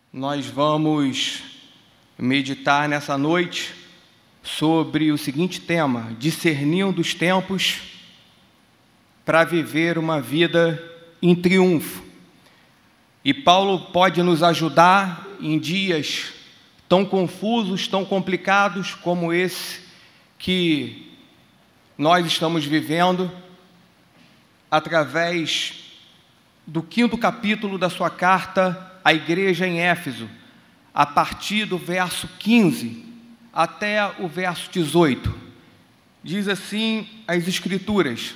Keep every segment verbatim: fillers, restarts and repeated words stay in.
Nós vamos meditar nessa noite sobre o seguinte tema: discernindo os tempos para viver uma vida em triunfo. E Paulo pode nos ajudar em dias tão confusos, tão complicados como esse que nós estamos vivendo, através do quinto capítulo da sua carta à igreja em Éfeso, a partir do verso quinze até o verso dezoito. Diz assim as Escrituras: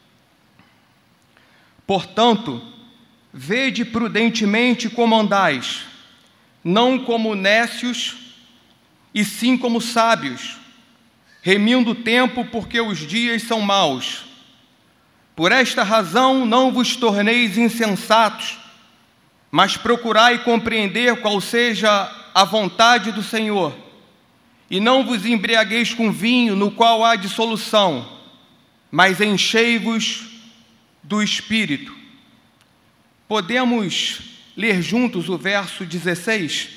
portanto, vede prudentemente como andais, não como nécios, e sim como sábios, remindo o tempo, porque os dias são maus. Por esta razão não vos torneis insensatos, mas procurai compreender qual seja a vontade do Senhor. E não vos embriagueis com vinho, no qual há dissolução, mas enchei-vos do Espírito. Podemos ler juntos o verso dezesseis?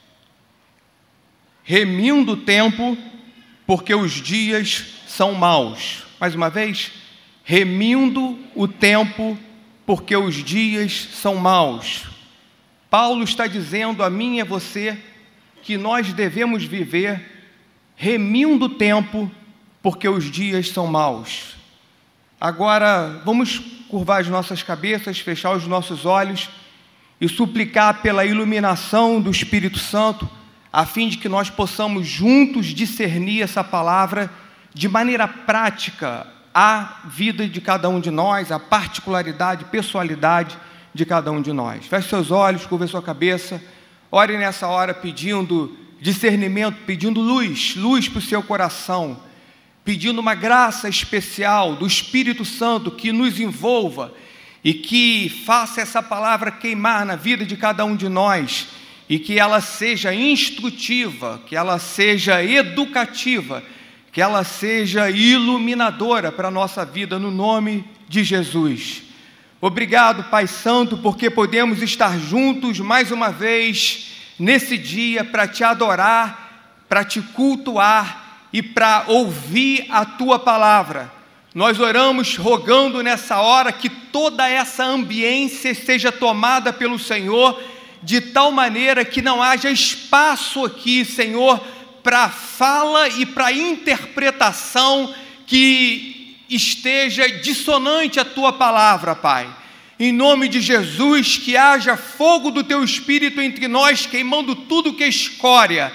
Remindo o tempo, porque os dias são maus. Mais uma vez, remindo o tempo, porque os dias são maus. Paulo está dizendo a mim e a você que nós devemos viver remindo o tempo, porque os dias são maus. Agora, vamos curvar as nossas cabeças, fechar os nossos olhos e suplicar pela iluminação do Espírito Santo, a fim de que nós possamos juntos discernir essa palavra de maneira prática à vida de cada um de nós, à particularidade, pessoalidade de cada um de nós. Feche seus olhos, curva sua cabeça, ore nessa hora pedindo discernimento, pedindo luz, luz para o seu coração, pedindo uma graça especial do Espírito Santo que nos envolva e que faça essa palavra queimar na vida de cada um de nós e que ela seja instrutiva, que ela seja educativa, que ela seja iluminadora para a nossa vida, no nome de Jesus. Obrigado, Pai Santo, porque podemos estar juntos mais uma vez nesse dia para te adorar, para te cultuar e para ouvir a Tua palavra. Nós oramos rogando nessa hora que toda essa ambiência seja tomada pelo Senhor, de tal maneira que não haja espaço aqui, Senhor, para fala e para interpretação que esteja dissonante à Tua palavra, Pai. Em nome de Jesus, que haja fogo do Teu Espírito entre nós, queimando tudo que é escória,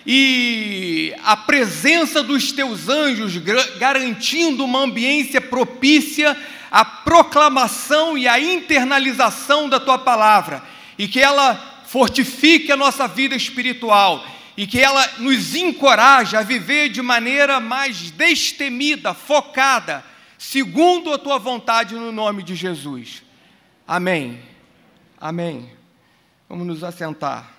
e a presença dos Teus anjos garantindo uma ambiência propícia à proclamação e à internalização da Tua palavra, e que ela fortifique a nossa vida espiritual, e que ela nos encoraje a viver de maneira mais destemida, focada, segundo a Tua vontade, no nome de Jesus. Amém. Amém. Vamos nos assentar.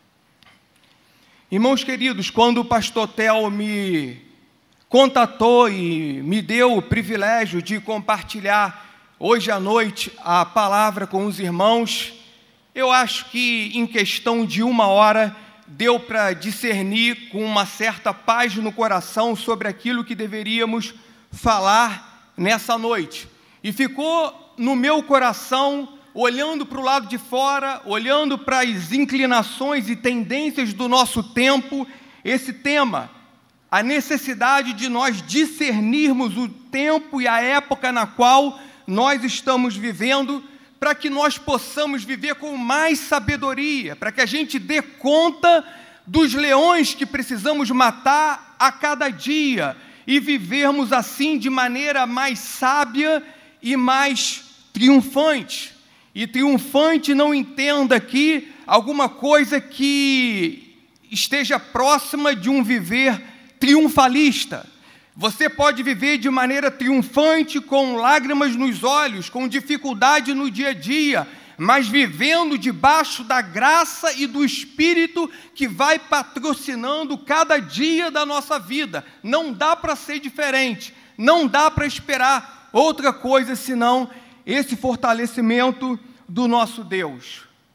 Irmãos queridos, quando o pastor Theo me contatou e me deu o privilégio de compartilhar hoje à noite a palavra com os irmãos, eu acho que em questão de uma hora deu para discernir com uma certa paz no coração sobre aquilo que deveríamos falar nessa noite. E ficou no meu coração, olhando para o lado de fora, olhando para as inclinações e tendências do nosso tempo, esse tema: a necessidade de nós discernirmos o tempo e a época na qual nós estamos vivendo, para que nós possamos viver com mais sabedoria, para que a gente dê conta dos leões que precisamos matar a cada dia e vivermos assim de maneira mais sábia e mais triunfante. E triunfante não entenda aqui alguma coisa que esteja próxima de um viver triunfalista. Você pode viver de maneira triunfante, com lágrimas nos olhos, com dificuldade no dia a dia, mas vivendo debaixo da graça e do Espírito que vai patrocinando cada dia da nossa vida. Não dá para ser diferente, não dá para esperar outra coisa senão esse fortalecimento do nosso Deus.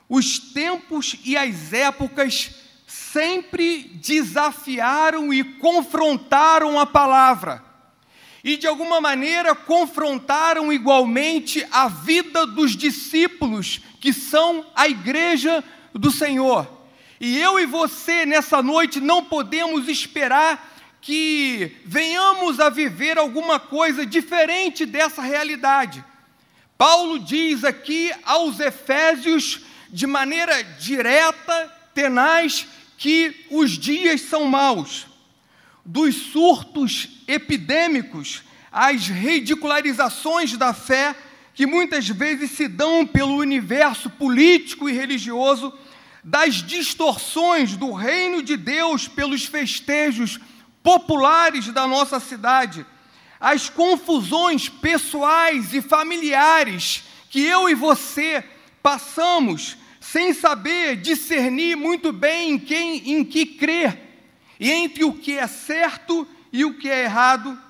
os tempos e as épocas sempre desafiaram e confrontaram a palavra, e de alguma maneira confrontaram igualmente a vida dos discípulos, que são a igreja do Senhor. E eu e você, nessa noite, não podemos esperar que venhamos a viver alguma coisa diferente dessa realidade. Paulo diz aqui aos Efésios, de maneira direta, tenaz, que os dias são maus. Dos surtos epidêmicos, às ridicularizações da fé, que muitas vezes se dão pelo universo político e religioso, das distorções do reino de Deus pelos festejos populares da nossa cidade, as confusões pessoais e familiares que eu e você passamos sem saber discernir muito bem em quem, em que crer, e entre o que é certo e o que é errado,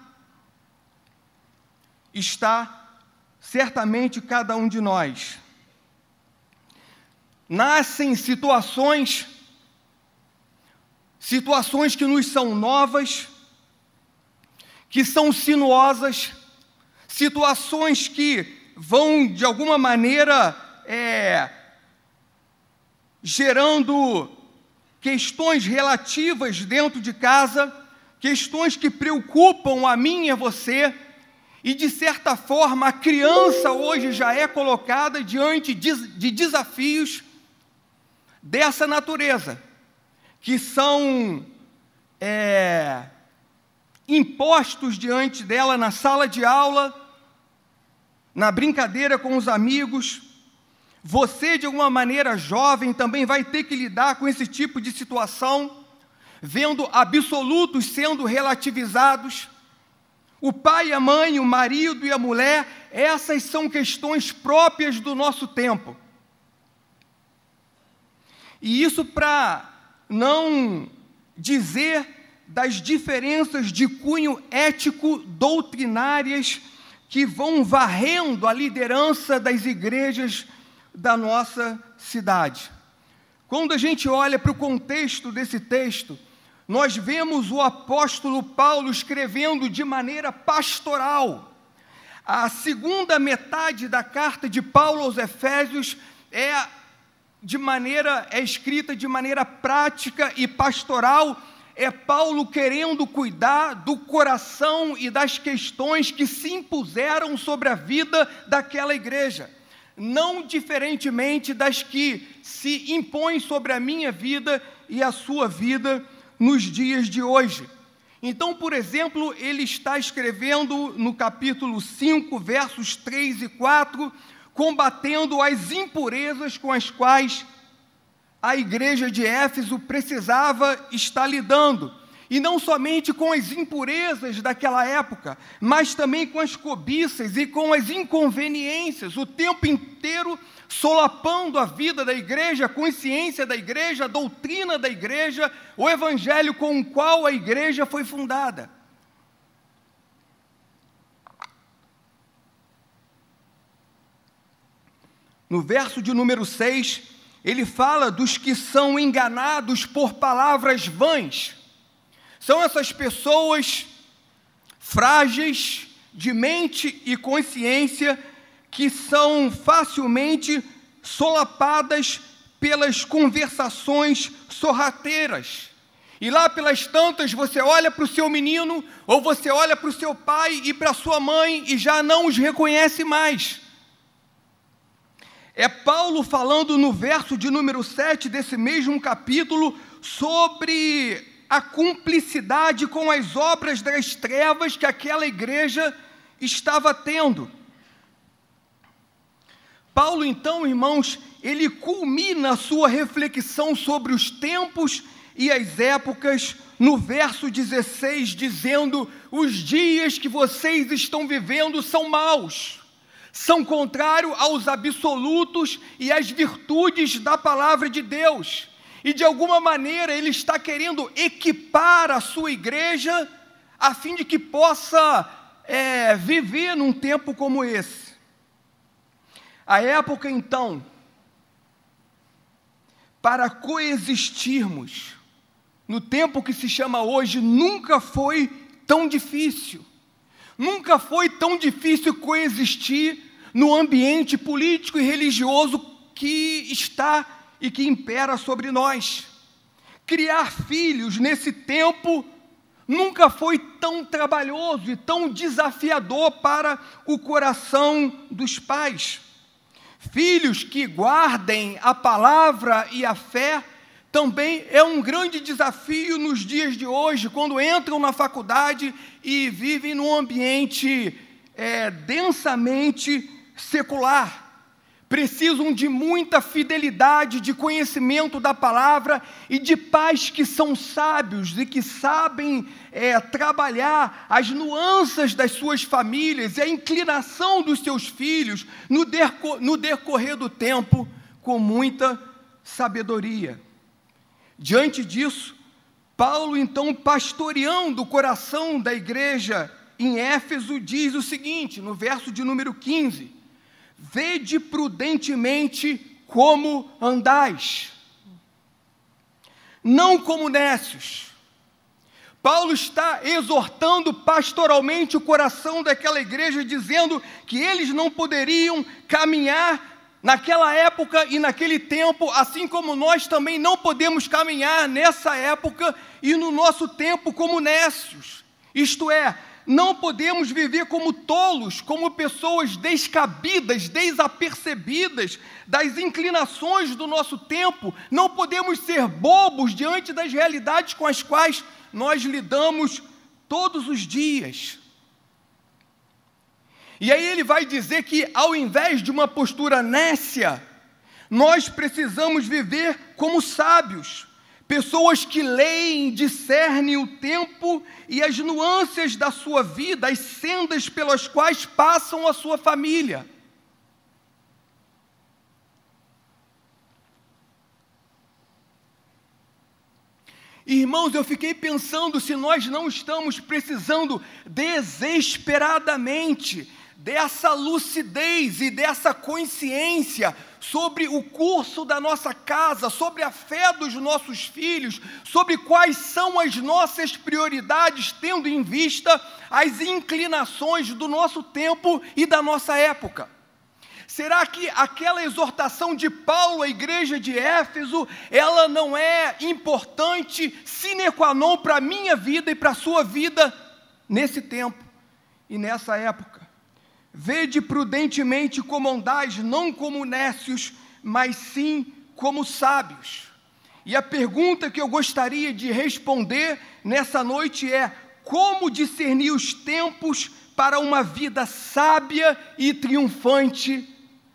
está certamente cada um de nós. Nascem situações, situações que nos são novas, que são sinuosas, situações que vão, de alguma maneira, é, gerando questões relativas dentro de casa, questões que preocupam a mim e a você, e de certa forma a criança hoje já é colocada diante de desafios dessa natureza, que são é, impostos diante dela na sala de aula, na brincadeira com os amigos. Você, de alguma maneira jovem, também vai ter que lidar com esse tipo de situação, vendo absolutos sendo relativizados. O pai e a mãe, o marido e a mulher, essas são questões próprias do nosso tempo. E isso para não dizer das diferenças de cunho ético doutrinárias que vão varrendo a liderança das igrejas da nossa cidade. Quando a gente olha para o contexto desse texto, nós vemos o apóstolo Paulo escrevendo de maneira pastoral. A segunda metade da carta de Paulo aos Efésios é, de maneira, é escrita de maneira prática e pastoral. É Paulo querendo cuidar do coração e das questões que se impuseram sobre a vida daquela igreja, não diferentemente das que se impõem sobre a minha vida e a sua vida nos dias de hoje. Então, por exemplo, ele está escrevendo no capítulo cinco, versos três e quatro, combatendo as impurezas com as quais a igreja de Éfeso precisava estar lidando. E não somente com as impurezas daquela época, mas também com as cobiças e com as inconveniências, o tempo inteiro solapando a vida da igreja, a consciência da igreja, a doutrina da igreja, o evangelho com o qual a igreja foi fundada. No verso de número seis, ele fala dos que são enganados por palavras vãs. São essas pessoas frágeis de mente e consciência que são facilmente solapadas pelas conversações sorrateiras. E lá pelas tantas você olha para o seu menino ou você olha para o seu pai e para a sua mãe e já não os reconhece mais. É Paulo falando no verso de número sete desse mesmo capítulo sobre a cumplicidade com as obras das trevas que aquela igreja estava tendo. Paulo, então, irmãos, ele culmina a sua reflexão sobre os tempos e as épocas no verso dezesseis, dizendo: os dias que vocês estão vivendo são maus, são contrários aos absolutos e às virtudes da palavra de Deus. E de alguma maneira ele está querendo equipar a sua igreja a fim de que possa é, viver num tempo como esse. A época então para coexistirmos no tempo que se chama hoje, nunca foi tão difícil. Nunca foi tão difícil coexistir no ambiente político e religioso que está e que impera sobre nós. Criar filhos nesse tempo nunca foi tão trabalhoso e tão desafiador para o coração dos pais. Filhos que guardem a palavra e a fé também é um grande desafio nos dias de hoje, quando entram na faculdade e vivem num ambiente é, densamente secular. Precisam de muita fidelidade, de conhecimento da palavra e de pais que são sábios e que sabem é, trabalhar as nuances das suas famílias e a inclinação dos seus filhos no, decor, no decorrer do tempo com muita sabedoria. Diante disso, Paulo, então, pastoreando o coração da igreja em Éfeso, diz o seguinte, no verso de número quinze: vede prudentemente como andais, não como nécios. Paulo está exortando pastoralmente o coração daquela igreja, dizendo que eles não poderiam caminhar naquela época e naquele tempo, assim como nós também não podemos caminhar nessa época e no nosso tempo como nécios. Isto é, não podemos viver como tolos, como pessoas descabidas, desapercebidas das inclinações do nosso tempo. Não podemos ser bobos diante das realidades com as quais nós lidamos todos os dias. E aí ele vai dizer que, ao invés de uma postura nécia, nós precisamos viver como sábios, pessoas que leem, discernem o tempo e as nuances da sua vida, as sendas pelas quais passam a sua família. Irmãos, eu fiquei pensando se nós não estamos precisando desesperadamente dessa lucidez e dessa consciência sobre o curso da nossa casa, sobre a fé dos nossos filhos, sobre quais são as nossas prioridades, tendo em vista as inclinações do nosso tempo e da nossa época. Será que aquela exortação de Paulo à igreja de Éfeso, ela não é importante, sine qua non, para a minha vida e para a sua vida nesse tempo e nessa época? Vede prudentemente como andais, não como nécios, mas sim como sábios. E a pergunta que eu gostaria de responder nessa noite é: como discernir os tempos para uma vida sábia e triunfante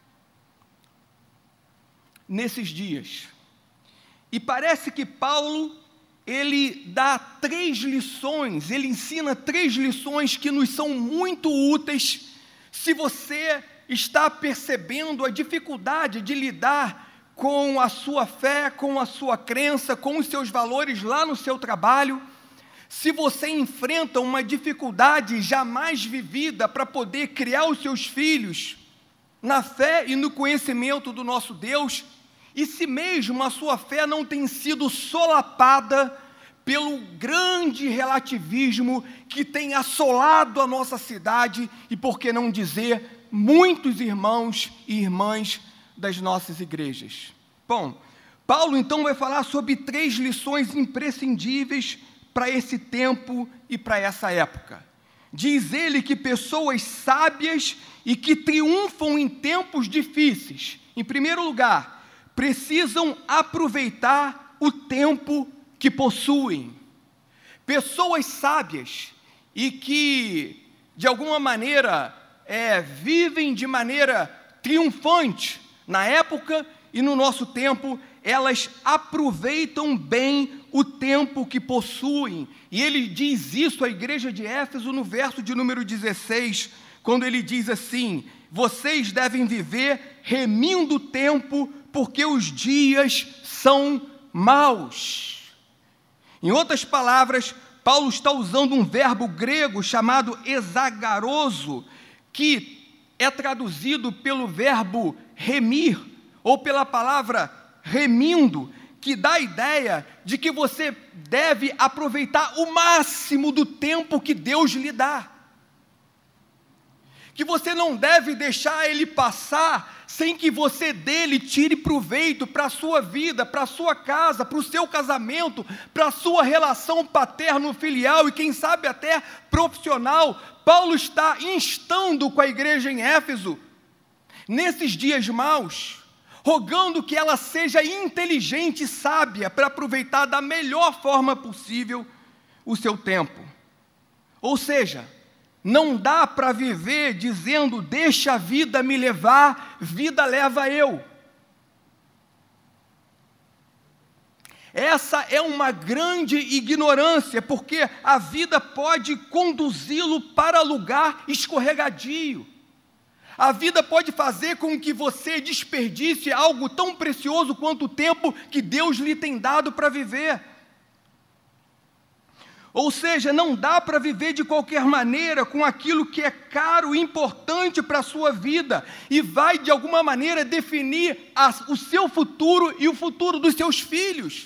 nesses dias? E parece que Paulo, ele dá três lições, ele ensina três lições que nos são muito úteis se você está percebendo a dificuldade de lidar com a sua fé, com a sua crença, com os seus valores lá no seu trabalho. Se você enfrenta uma dificuldade jamais vivida para poder criar os seus filhos na fé e no conhecimento do nosso Deus, e se mesmo a sua fé não tem sido solapada pelo grande relativismo que tem assolado a nossa cidade e, por que não dizer, muitos irmãos e irmãs das nossas igrejas. Bom, Paulo então vai falar sobre três lições imprescindíveis para esse tempo e para essa época. Diz ele que pessoas sábias e que triunfam em tempos difíceis, em primeiro lugar, precisam aproveitar o tempo que possuem. Pessoas sábias e que, de alguma maneira, é, vivem de maneira triunfante na época e no nosso tempo, elas aproveitam bem o tempo que possuem. E ele diz isso à igreja de Éfeso no verso de número dezesseis, quando ele diz assim: vocês devem viver remindo o tempo, porque os dias são maus. Em outras palavras, Paulo está usando um verbo grego chamado exagaroso, que é traduzido pelo verbo remir, ou pela palavra remindo, que dá a ideia de que você deve aproveitar o máximo do tempo que Deus lhe dá. Que você não deve deixar ele passar sem que você dele tire proveito para a sua vida, para a sua casa, para o seu casamento, para a sua relação paterno-filial e quem sabe até profissional. Paulo está instando com a igreja em Éfeso, nesses dias maus, rogando que ela seja inteligente e sábia para aproveitar da melhor forma possível o seu tempo. Ou seja, não dá para viver dizendo, deixa a vida me levar, vida leva eu. Essa é uma grande ignorância, porque a vida pode conduzi-lo para lugar escorregadio. A vida pode fazer com que você desperdice algo tão precioso quanto o tempo que Deus lhe tem dado para viver. Ou seja, não dá para viver de qualquer maneira com aquilo que é caro e importante para a sua vida e vai, de alguma maneira, definir a, o seu futuro e o futuro dos seus filhos.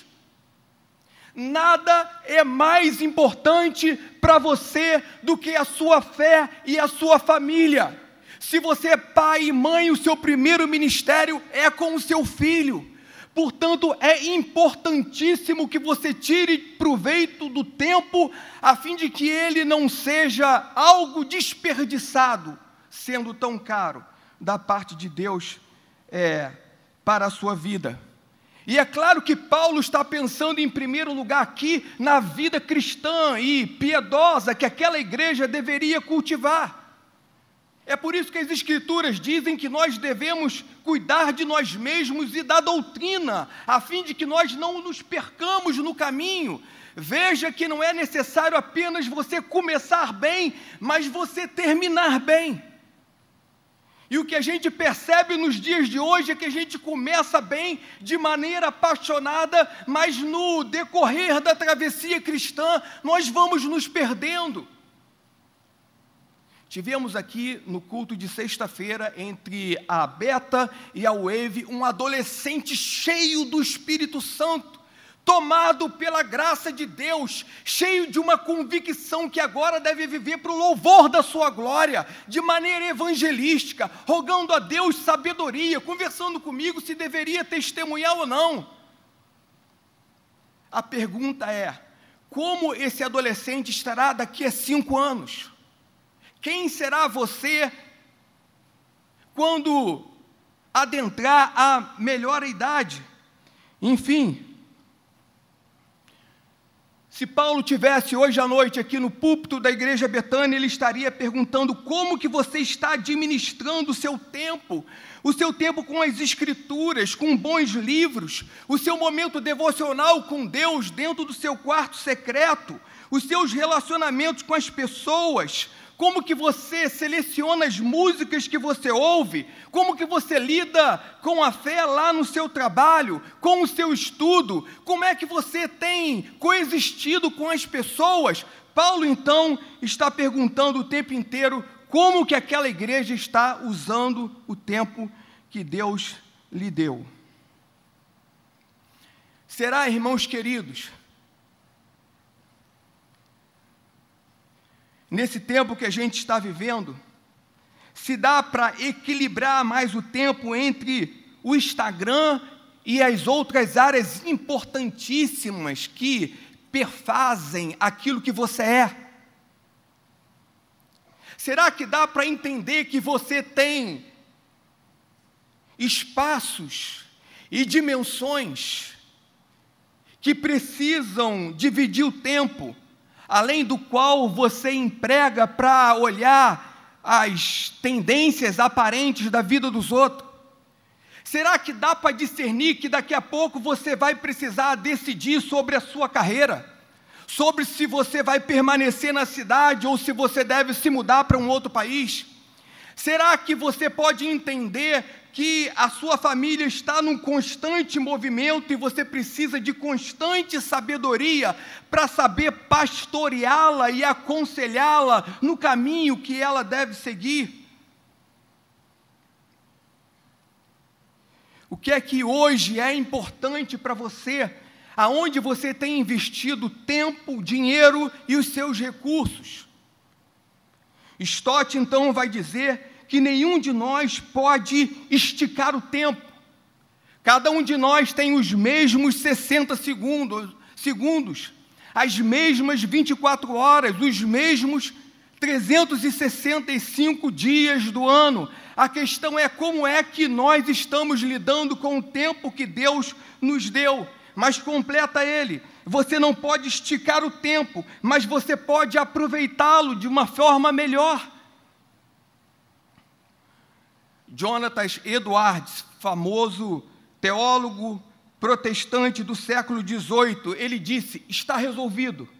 Nada é mais importante para você do que a sua fé e a sua família. Se você é pai e mãe, o seu primeiro ministério é com o seu filho. Portanto, é importantíssimo que você tire proveito do tempo, a fim de que ele não seja algo desperdiçado, sendo tão caro da parte de Deus é, para a sua vida. E é claro que Paulo está pensando em primeiro lugar aqui na vida cristã e piedosa que aquela igreja deveria cultivar. É por isso que as Escrituras dizem que nós devemos cuidar de nós mesmos e da doutrina, a fim de que nós não nos percamos no caminho. Veja que não é necessário apenas você começar bem, mas você terminar bem. E o que a gente percebe nos dias de hoje é que a gente começa bem, de maneira apaixonada, mas no decorrer da travessia cristã, nós vamos nos perdendo. Tivemos aqui no culto de sexta-feira, entre a Beta e a Wave, um adolescente cheio do Espírito Santo, tomado pela graça de Deus, cheio de uma convicção que agora deve viver para o louvor da sua glória, de maneira evangelística, rogando a Deus sabedoria, conversando comigo se deveria testemunhar ou não. A pergunta é, como esse adolescente estará daqui a cinco anos? Quem será você quando adentrar a melhor idade? Enfim, se Paulo tivesse hoje à noite aqui no púlpito da Igreja Betânia, ele estaria perguntando como que você está administrando o seu tempo, o seu tempo com as Escrituras, com bons livros, o seu momento devocional com Deus dentro do seu quarto secreto, os seus relacionamentos com as pessoas. Como que você seleciona as músicas que você ouve? Como que você lida com a fé lá no seu trabalho, com o seu estudo? Como é que você tem coexistido com as pessoas? Paulo, então, está perguntando o tempo inteiro como que aquela igreja está usando o tempo que Deus lhe deu. Será, irmãos queridos, nesse tempo que a gente está vivendo, se dá para equilibrar mais o tempo entre o Instagram e as outras áreas importantíssimas que perfazem aquilo que você é? Será que dá para entender que você tem espaços e dimensões que precisam dividir o tempo, além do qual você emprega para olhar as tendências aparentes da vida dos outros? Será que dá para discernir que daqui a pouco você vai precisar decidir sobre a sua carreira? Sobre se você vai permanecer na cidade ou se você deve se mudar para um outro país? Será que você pode entender que a sua família está num constante movimento e você precisa de constante sabedoria para saber pastoreá-la e aconselhá-la no caminho que ela deve seguir? O que é que hoje é importante para você? Aonde você tem investido tempo, dinheiro e os seus recursos? Stott, então, vai dizer que nenhum de nós pode esticar o tempo. Cada um de nós tem os mesmos sessenta segundos, segundos, as mesmas vinte e quatro horas, os mesmos trezentos e sessenta e cinco dias do ano. A questão é como é que nós estamos lidando com o tempo que Deus nos deu. Mas completa ele. Você não pode esticar o tempo, mas você pode aproveitá-lo de uma forma melhor. Jonathan Edwards, famoso teólogo protestante do século dezoito, ele disse: está resolvido.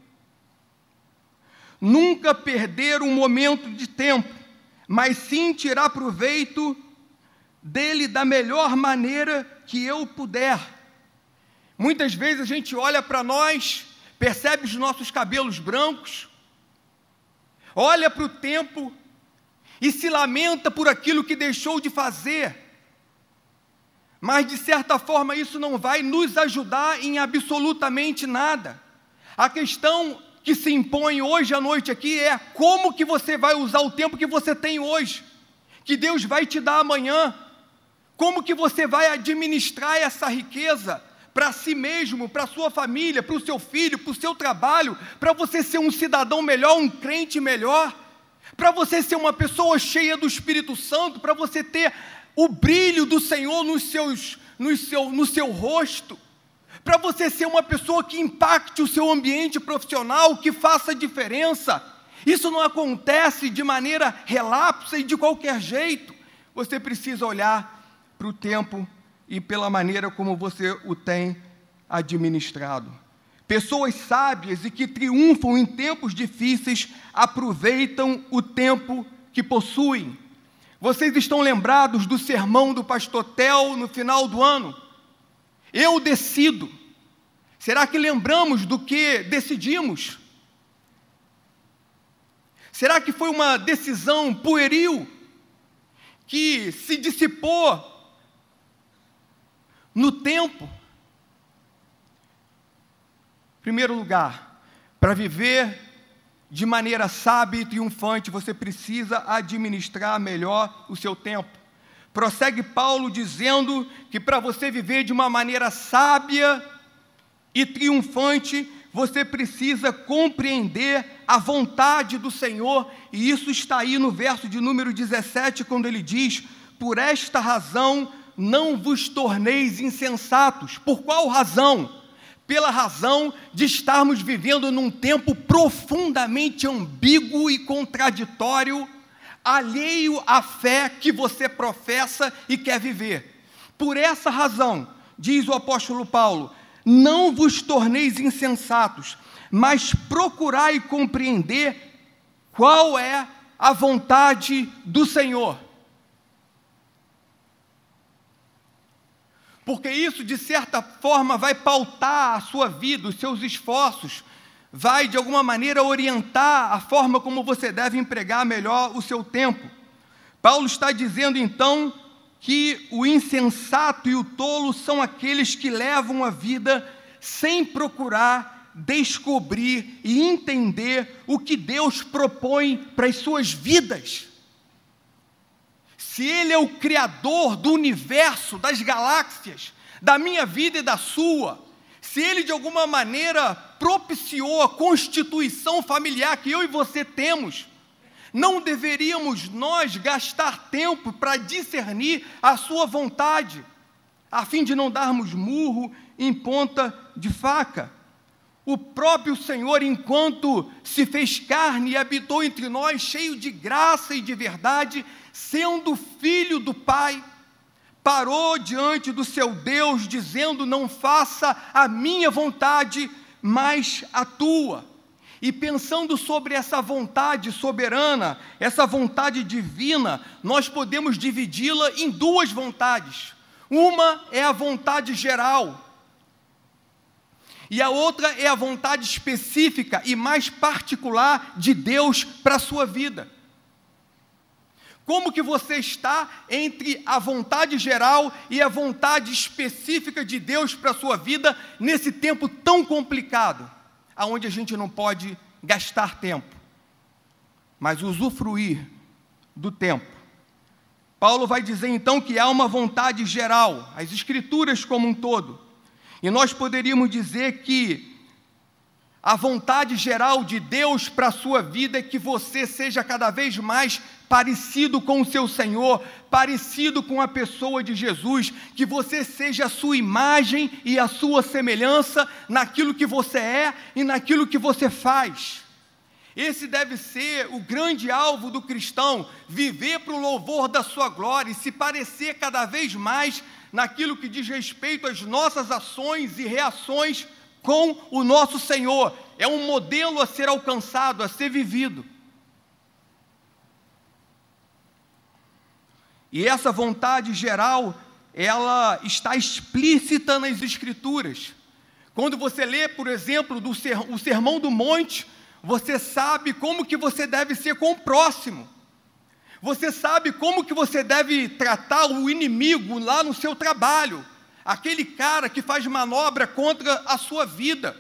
Nunca perder um momento de tempo, mas sim tirar proveito dele da melhor maneira que eu puder. Muitas vezes a gente olha para nós, percebe os nossos cabelos brancos, olha para o tempo e se lamenta por aquilo que deixou de fazer. Mas, de certa forma, isso não vai nos ajudar em absolutamente nada. A questão que se impõe hoje à noite aqui é como que você vai usar o tempo que você tem hoje, que Deus vai te dar amanhã. Como que você vai administrar essa riqueza para si mesmo, para a sua família, para o seu filho, para o seu trabalho, para você ser um cidadão melhor, um crente melhor, para você ser uma pessoa cheia do Espírito Santo, para você ter o brilho do Senhor nos seus, no, seu, no seu rosto, para você ser uma pessoa que impacte o seu ambiente profissional, que faça diferença. Isso não acontece de maneira relapsa e de qualquer jeito. Você precisa olhar para o tempo e pela maneira como você o tem administrado. Pessoas sábias e que triunfam em tempos difíceis aproveitam o tempo que possuem. Vocês estão lembrados do sermão do pastor Tel no final do ano? Eu decido. Será que lembramos do que decidimos? Será que foi uma decisão pueril que se dissipou no tempo? Em primeiro lugar, para viver de maneira sábia e triunfante, você precisa administrar melhor o seu tempo. Prossegue Paulo dizendo que para você viver de uma maneira sábia e triunfante, você precisa compreender a vontade do Senhor, e isso está aí no verso de número dezessete, quando ele diz: por esta razão não vos torneis insensatos. Por qual razão? Pela razão de estarmos vivendo num tempo profundamente ambíguo e contraditório, alheio à fé que você professa e quer viver. Por essa razão, diz o apóstolo Paulo, não vos torneis insensatos, mas procurai compreender qual é a vontade do Senhor. Porque isso, de certa forma, vai pautar a sua vida, os seus esforços, vai, de alguma maneira, orientar a forma como você deve empregar melhor o seu tempo. Paulo está dizendo, então, que o insensato e o tolo são aqueles que levam a vida sem procurar descobrir e entender o que Deus propõe para as suas vidas. Se Ele é o Criador do universo, das galáxias, da minha vida e da sua, se Ele de alguma maneira propiciou a constituição familiar que eu e você temos, não deveríamos nós gastar tempo para discernir a sua vontade, a fim de não darmos murro em ponta de faca? O próprio Senhor, enquanto se fez carne e habitou entre nós, cheio de graça e de verdade, sendo filho do Pai, parou diante do seu Deus, dizendo: não faça a minha vontade, mas a tua. E pensando sobre essa vontade soberana, essa vontade divina, nós podemos dividi-la em duas vontades. Uma é a vontade geral, e a outra é a vontade específica e mais particular de Deus para a sua vida. Como que você está entre a vontade geral e a vontade específica de Deus para a sua vida nesse tempo tão complicado, aonde a gente não pode gastar tempo, mas usufruir do tempo. Paulo vai dizer então que há uma vontade geral, as Escrituras como um todo, e nós poderíamos dizer que a vontade geral de Deus para a sua vida é que você seja cada vez mais parecido com o seu Senhor, parecido com a pessoa de Jesus, que você seja a sua imagem e a sua semelhança naquilo que você é e naquilo que você faz. Esse deve ser o grande alvo do cristão, viver para o louvor da sua glória e se parecer cada vez mais naquilo que diz respeito às nossas ações e reações com o nosso Senhor. É um modelo a ser alcançado, a ser vivido. E essa vontade geral, ela está explícita nas Escrituras. Quando você lê, por exemplo, do ser, o Sermão do Monte, você sabe como que você deve ser com o próximo. Você sabe como que você deve tratar o inimigo lá no seu trabalho, aquele cara que faz manobra contra a sua vida.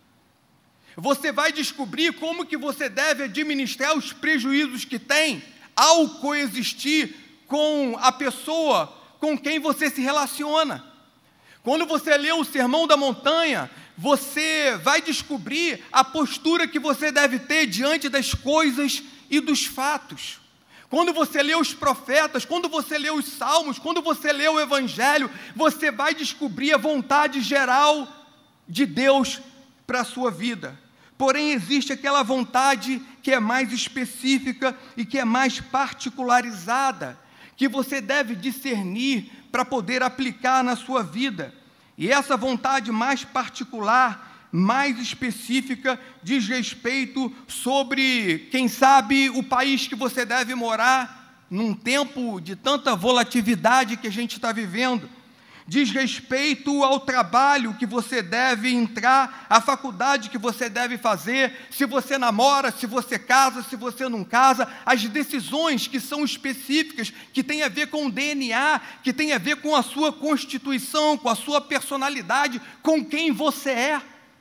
Você vai descobrir como que você deve administrar os prejuízos que tem ao coexistir com a pessoa com quem você se relaciona. Quando você lê o Sermão da Montanha, você vai descobrir a postura que você deve ter diante das coisas e dos fatos. Quando você lê os profetas, quando você lê os salmos, quando você lê o Evangelho, você vai descobrir a vontade geral de Deus para a sua vida. Porém, existe aquela vontade que é mais específica e que é mais particularizada, que você deve discernir para poder aplicar na sua vida. E essa vontade mais particular, mais específica, diz respeito sobre, quem sabe, o país que você deve morar, num tempo de tanta volatilidade que a gente está vivendo. Diz respeito ao trabalho que você deve entrar, à faculdade que você deve fazer, se você namora, se você casa, se você não casa, as decisões que são específicas, que têm a ver com o D N A, que têm a ver com a sua constituição, com a sua personalidade, com quem você é.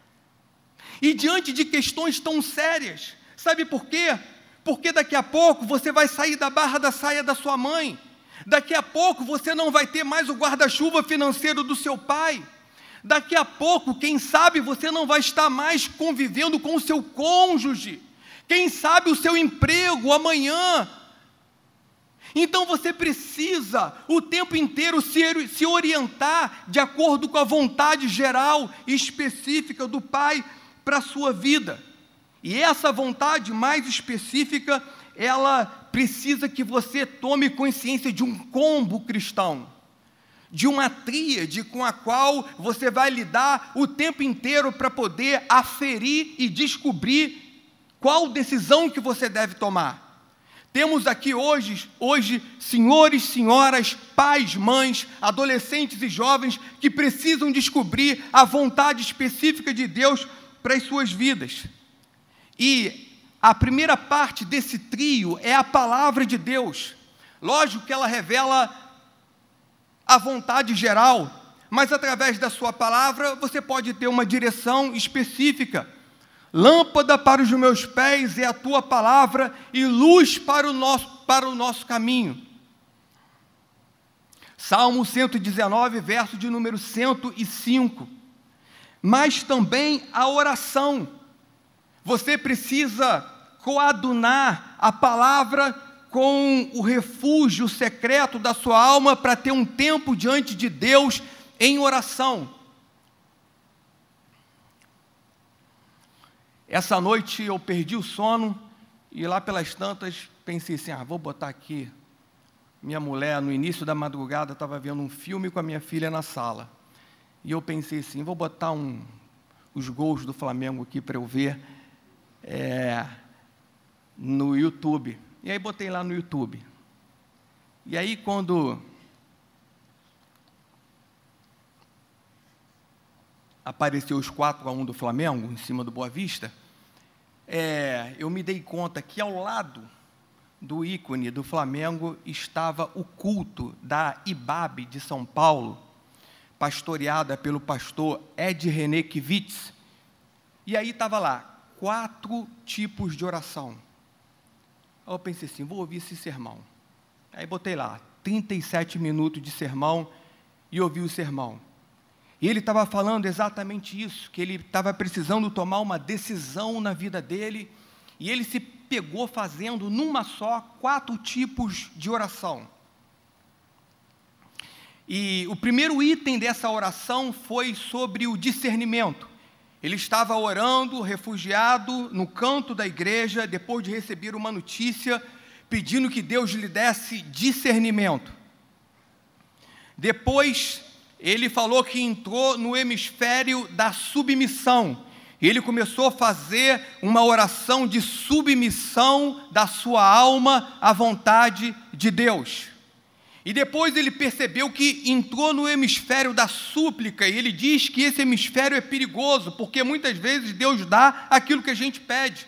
E diante de questões tão sérias, sabe por quê? Porque daqui a pouco você vai sair da barra da saia da sua mãe. Daqui a pouco você não vai ter mais o guarda-chuva financeiro do seu pai. Daqui a pouco, quem sabe, você não vai estar mais convivendo com o seu cônjuge. Quem sabe o seu emprego amanhã. Então você precisa o tempo inteiro se, se orientar de acordo com a vontade geral e específica do Pai para a sua vida. E essa vontade mais específica, ela precisa que você tome consciência de um combo cristão, de uma tríade com a qual você vai lidar o tempo inteiro para poder aferir e descobrir qual decisão que você deve tomar. Temos aqui hoje, hoje senhores, senhoras, pais, mães, adolescentes e jovens que precisam descobrir a vontade específica de Deus para as suas vidas. E a primeira parte desse trio é a palavra de Deus. Lógico que ela revela a vontade geral, mas através da sua palavra você pode ter uma direção específica. Lâmpada para os meus pés é a tua palavra e luz para o nosso, para o nosso caminho. Salmo cento e dezenove, verso de número cento e cinco. Mas também a oração. Você precisa coadunar a palavra com o refúgio secreto da sua alma para ter um tempo diante de Deus em oração. Essa noite eu perdi o sono e lá pelas tantas pensei assim, ah, vou botar aqui. Minha mulher, no início da madrugada, estava vendo um filme com a minha filha na sala. E eu pensei assim, vou botar um, os gols do Flamengo aqui para eu ver é, no YouTube. E aí botei lá no YouTube. E aí quando apareceu os quatro a um do Flamengo, em cima do Boa Vista, é, eu me dei conta que ao lado do ícone do Flamengo estava o culto da I B A B de São Paulo, pastoreada pelo pastor Ed René Kivitz. E aí estava lá, quatro tipos de oração. Aí eu pensei assim, vou ouvir esse sermão. Aí botei lá, trinta e sete minutos de sermão, e ouvi o sermão. E ele estava falando exatamente isso, que ele estava precisando tomar uma decisão na vida dele, e ele se pegou fazendo numa só quatro tipos de oração. E o primeiro item dessa oração foi sobre o discernimento. Ele estava orando, refugiado, no canto da igreja, depois de receber uma notícia, pedindo que Deus lhe desse discernimento. Depois, ele falou que entrou no hemisfério da submissão. Ele começou a fazer uma oração de submissão da sua alma à vontade de Deus. E depois ele percebeu que entrou no hemisfério da súplica, e ele diz que esse hemisfério é perigoso, porque muitas vezes Deus dá aquilo que a gente pede.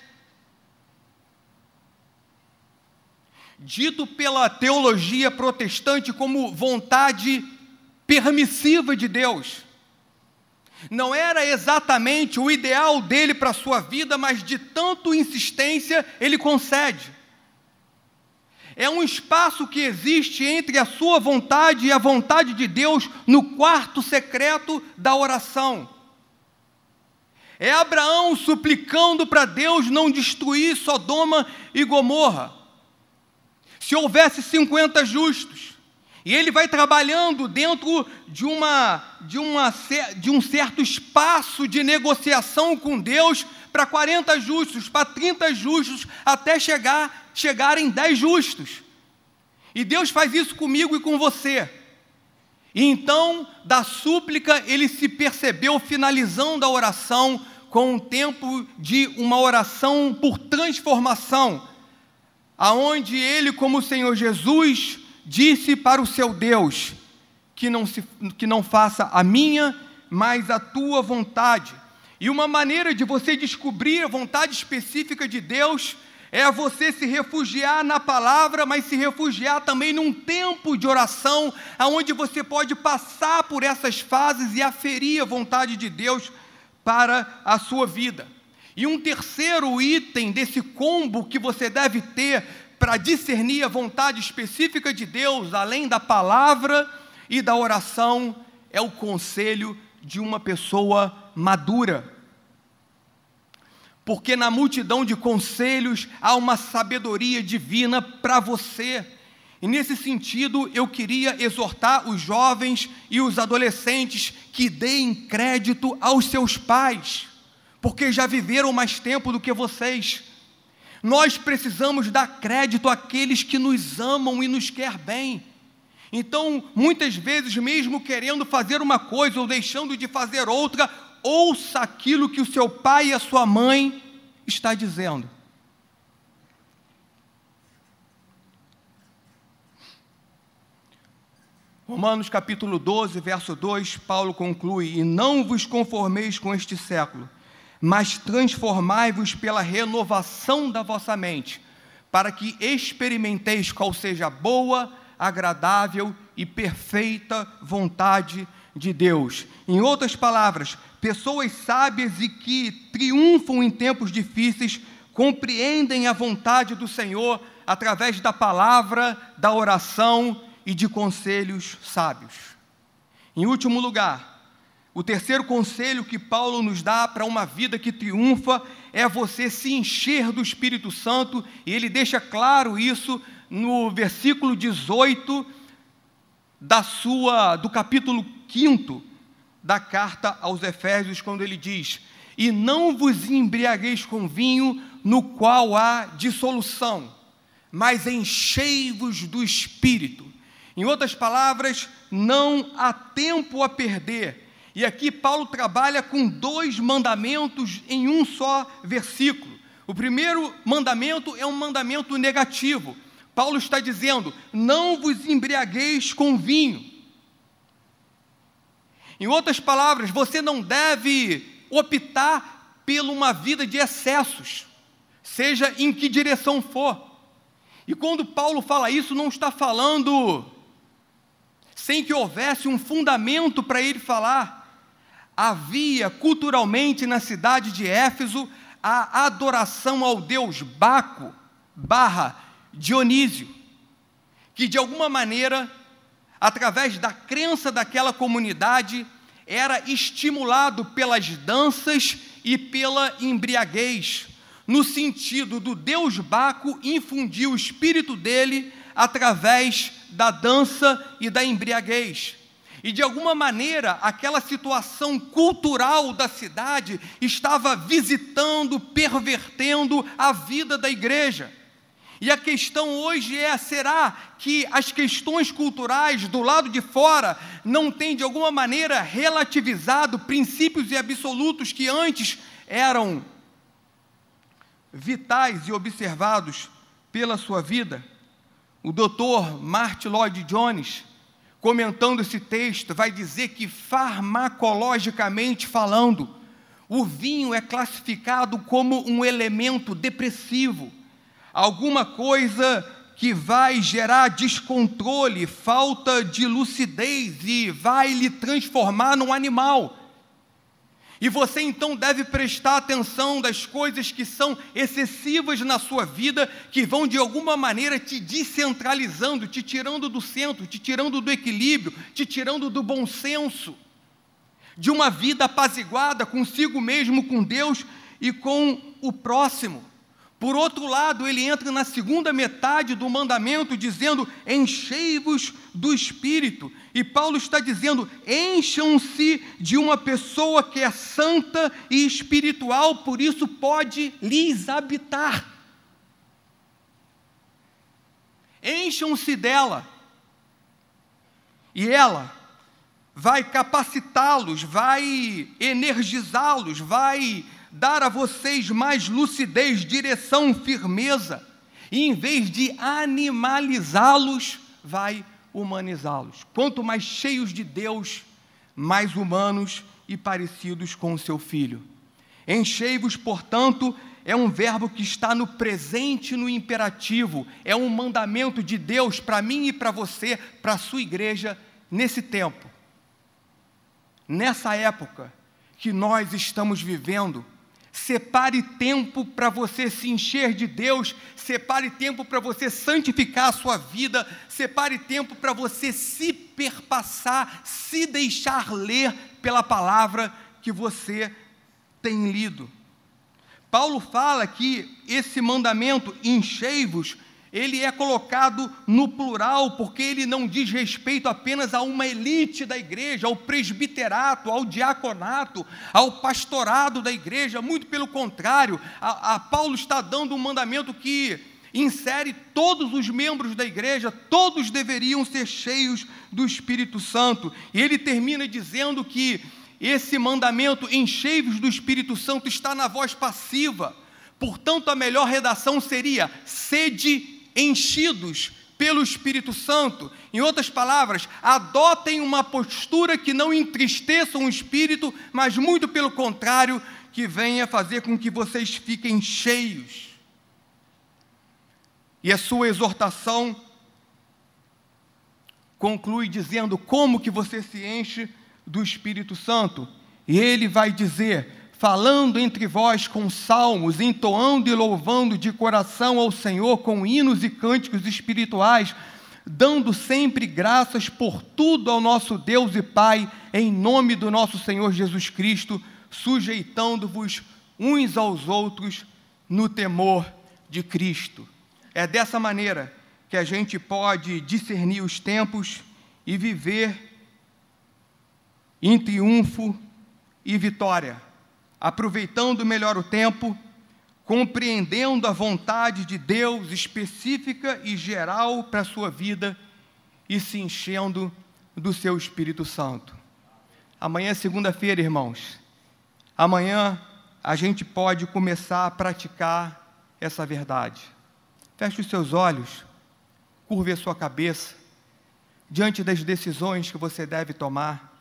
Dito pela teologia protestante como vontade permissiva de Deus. Não era exatamente o ideal dele para a sua vida, mas de tanto insistência ele concede. É um espaço que existe entre a sua vontade e a vontade de Deus no quarto secreto da oração. É Abraão suplicando para Deus não destruir Sodoma e Gomorra. Se houvesse cinquenta justos, e ele vai trabalhando dentro de, uma, de, uma, de um certo espaço de negociação com Deus para quarenta justos, para trinta justos, até chegar, chegar em dez justos. E Deus faz isso comigo e com você. E então, da súplica, ele se percebeu finalizando a oração com um tempo de uma oração por transformação, aonde ele, como o Senhor Jesus, disse para o seu Deus, que não, se, que não faça a minha, mas a tua vontade. E uma maneira de você descobrir a vontade específica de Deus é você se refugiar na palavra, mas se refugiar também num tempo de oração, onde você pode passar por essas fases e aferir a vontade de Deus para a sua vida. E um terceiro item desse combo que você deve ter para discernir a vontade específica de Deus, além da palavra e da oração, é o conselho de uma pessoa madura. Porque na multidão de conselhos há uma sabedoria divina para você. E nesse sentido, eu queria exortar os jovens e os adolescentes que deem crédito aos seus pais, porque já viveram mais tempo do que vocês. Nós precisamos dar crédito àqueles que nos amam e nos querem bem. Então, muitas vezes, mesmo querendo fazer uma coisa ou deixando de fazer outra, ouça aquilo que o seu pai e a sua mãe está dizendo. Romanos capítulo doze, verso dois, Paulo conclui: e não vos conformeis com este século, mas transformai-vos pela renovação da vossa mente, para que experimenteis qual seja a boa, agradável e perfeita vontade de Deus. Em outras palavras, pessoas sábias e que triunfam em tempos difíceis compreendem a vontade do Senhor através da palavra, da oração e de conselhos sábios. Em último lugar, o terceiro conselho que Paulo nos dá para uma vida que triunfa é você se encher do Espírito Santo, e ele deixa claro isso no versículo dezoito da sua, do capítulo quinto da carta aos Efésios, quando ele diz: e não vos embriagueis com vinho, no qual há dissolução, mas enchei-vos do Espírito. Em outras palavras, não há tempo a perder. E aqui Paulo trabalha com dois mandamentos em um só versículo. O primeiro mandamento é um mandamento negativo. Paulo está dizendo: não vos embriagueis com vinho. Em outras palavras, você não deve optar por uma vida de excessos, seja em que direção for. E quando Paulo fala isso, não está falando sem que houvesse um fundamento para ele falar. Havia culturalmente na cidade de Éfeso a adoração ao deus Baco barra Dionísio, que de alguma maneira, através da crença daquela comunidade, era estimulado pelas danças e pela embriaguez, no sentido do deus Baco infundir o espírito dele através da dança e da embriaguez. E de alguma maneira, aquela situação cultural da cidade estava visitando, pervertendo a vida da igreja. E a questão hoje é, será que as questões culturais do lado de fora não têm de alguma maneira relativizado princípios e absolutos que antes eram vitais e observados pela sua vida? O doutor Martyn Lloyd-Jones, comentando esse texto, vai dizer que farmacologicamente falando, o vinho é classificado como um elemento depressivo, alguma coisa que vai gerar descontrole, falta de lucidez e vai lhe transformar num animal. E você então deve prestar atenção das coisas que são excessivas na sua vida, que vão de alguma maneira te descentralizando, te tirando do centro, te tirando do equilíbrio, te tirando do bom senso, de uma vida apaziguada consigo mesmo, com Deus e com o próximo. Por outro lado, ele entra na segunda metade do mandamento, dizendo, enchei-vos do Espírito. E Paulo está dizendo, encham-se de uma pessoa que é santa e espiritual, por isso pode lhes habitar. Encham-se dela. E ela vai capacitá-los, vai energizá-los, vai dar a vocês mais lucidez, direção, firmeza, e em vez de animalizá-los, vai humanizá-los. Quanto mais cheios de Deus, mais humanos e parecidos com o seu Filho. Enchei-vos, portanto, é um verbo que está no presente, no imperativo, é um mandamento de Deus para mim e para você, para a sua igreja, nesse tempo, nessa época que nós estamos vivendo. Separe tempo para você se encher de Deus, separe tempo para você santificar a sua vida, separe tempo para você se perpassar, se deixar ler pela palavra que você tem lido. Paulo fala que esse mandamento, enchei-vos, ele é colocado no plural, porque ele não diz respeito apenas a uma elite da igreja, ao presbiterato, ao diaconato, ao pastorado da igreja, muito pelo contrário, a, a Paulo está dando um mandamento que insere todos os membros da igreja, todos deveriam ser cheios do Espírito Santo, e ele termina dizendo que esse mandamento, enchei-vos do Espírito Santo, está na voz passiva, portanto a melhor redação seria, sede enchidos pelo Espírito Santo. Em outras palavras, adotem uma postura que não entristeça o Espírito, mas muito pelo contrário, que venha fazer com que vocês fiquem cheios. E a sua exortação conclui dizendo como que você se enche do Espírito Santo. E ele vai dizer, falando entre vós com salmos, entoando e louvando de coração ao Senhor com hinos e cânticos espirituais, dando sempre graças por tudo ao nosso Deus e Pai, em nome do nosso Senhor Jesus Cristo, sujeitando-vos uns aos outros no temor de Cristo. É dessa maneira que a gente pode discernir os tempos e viver em triunfo e vitória, aproveitando melhor o tempo, compreendendo a vontade de Deus específica e geral para a sua vida e se enchendo do seu Espírito Santo. Amanhã é segunda-feira, irmãos. Amanhã a gente pode começar a praticar essa verdade. Feche os seus olhos, curve a sua cabeça, diante das decisões que você deve tomar.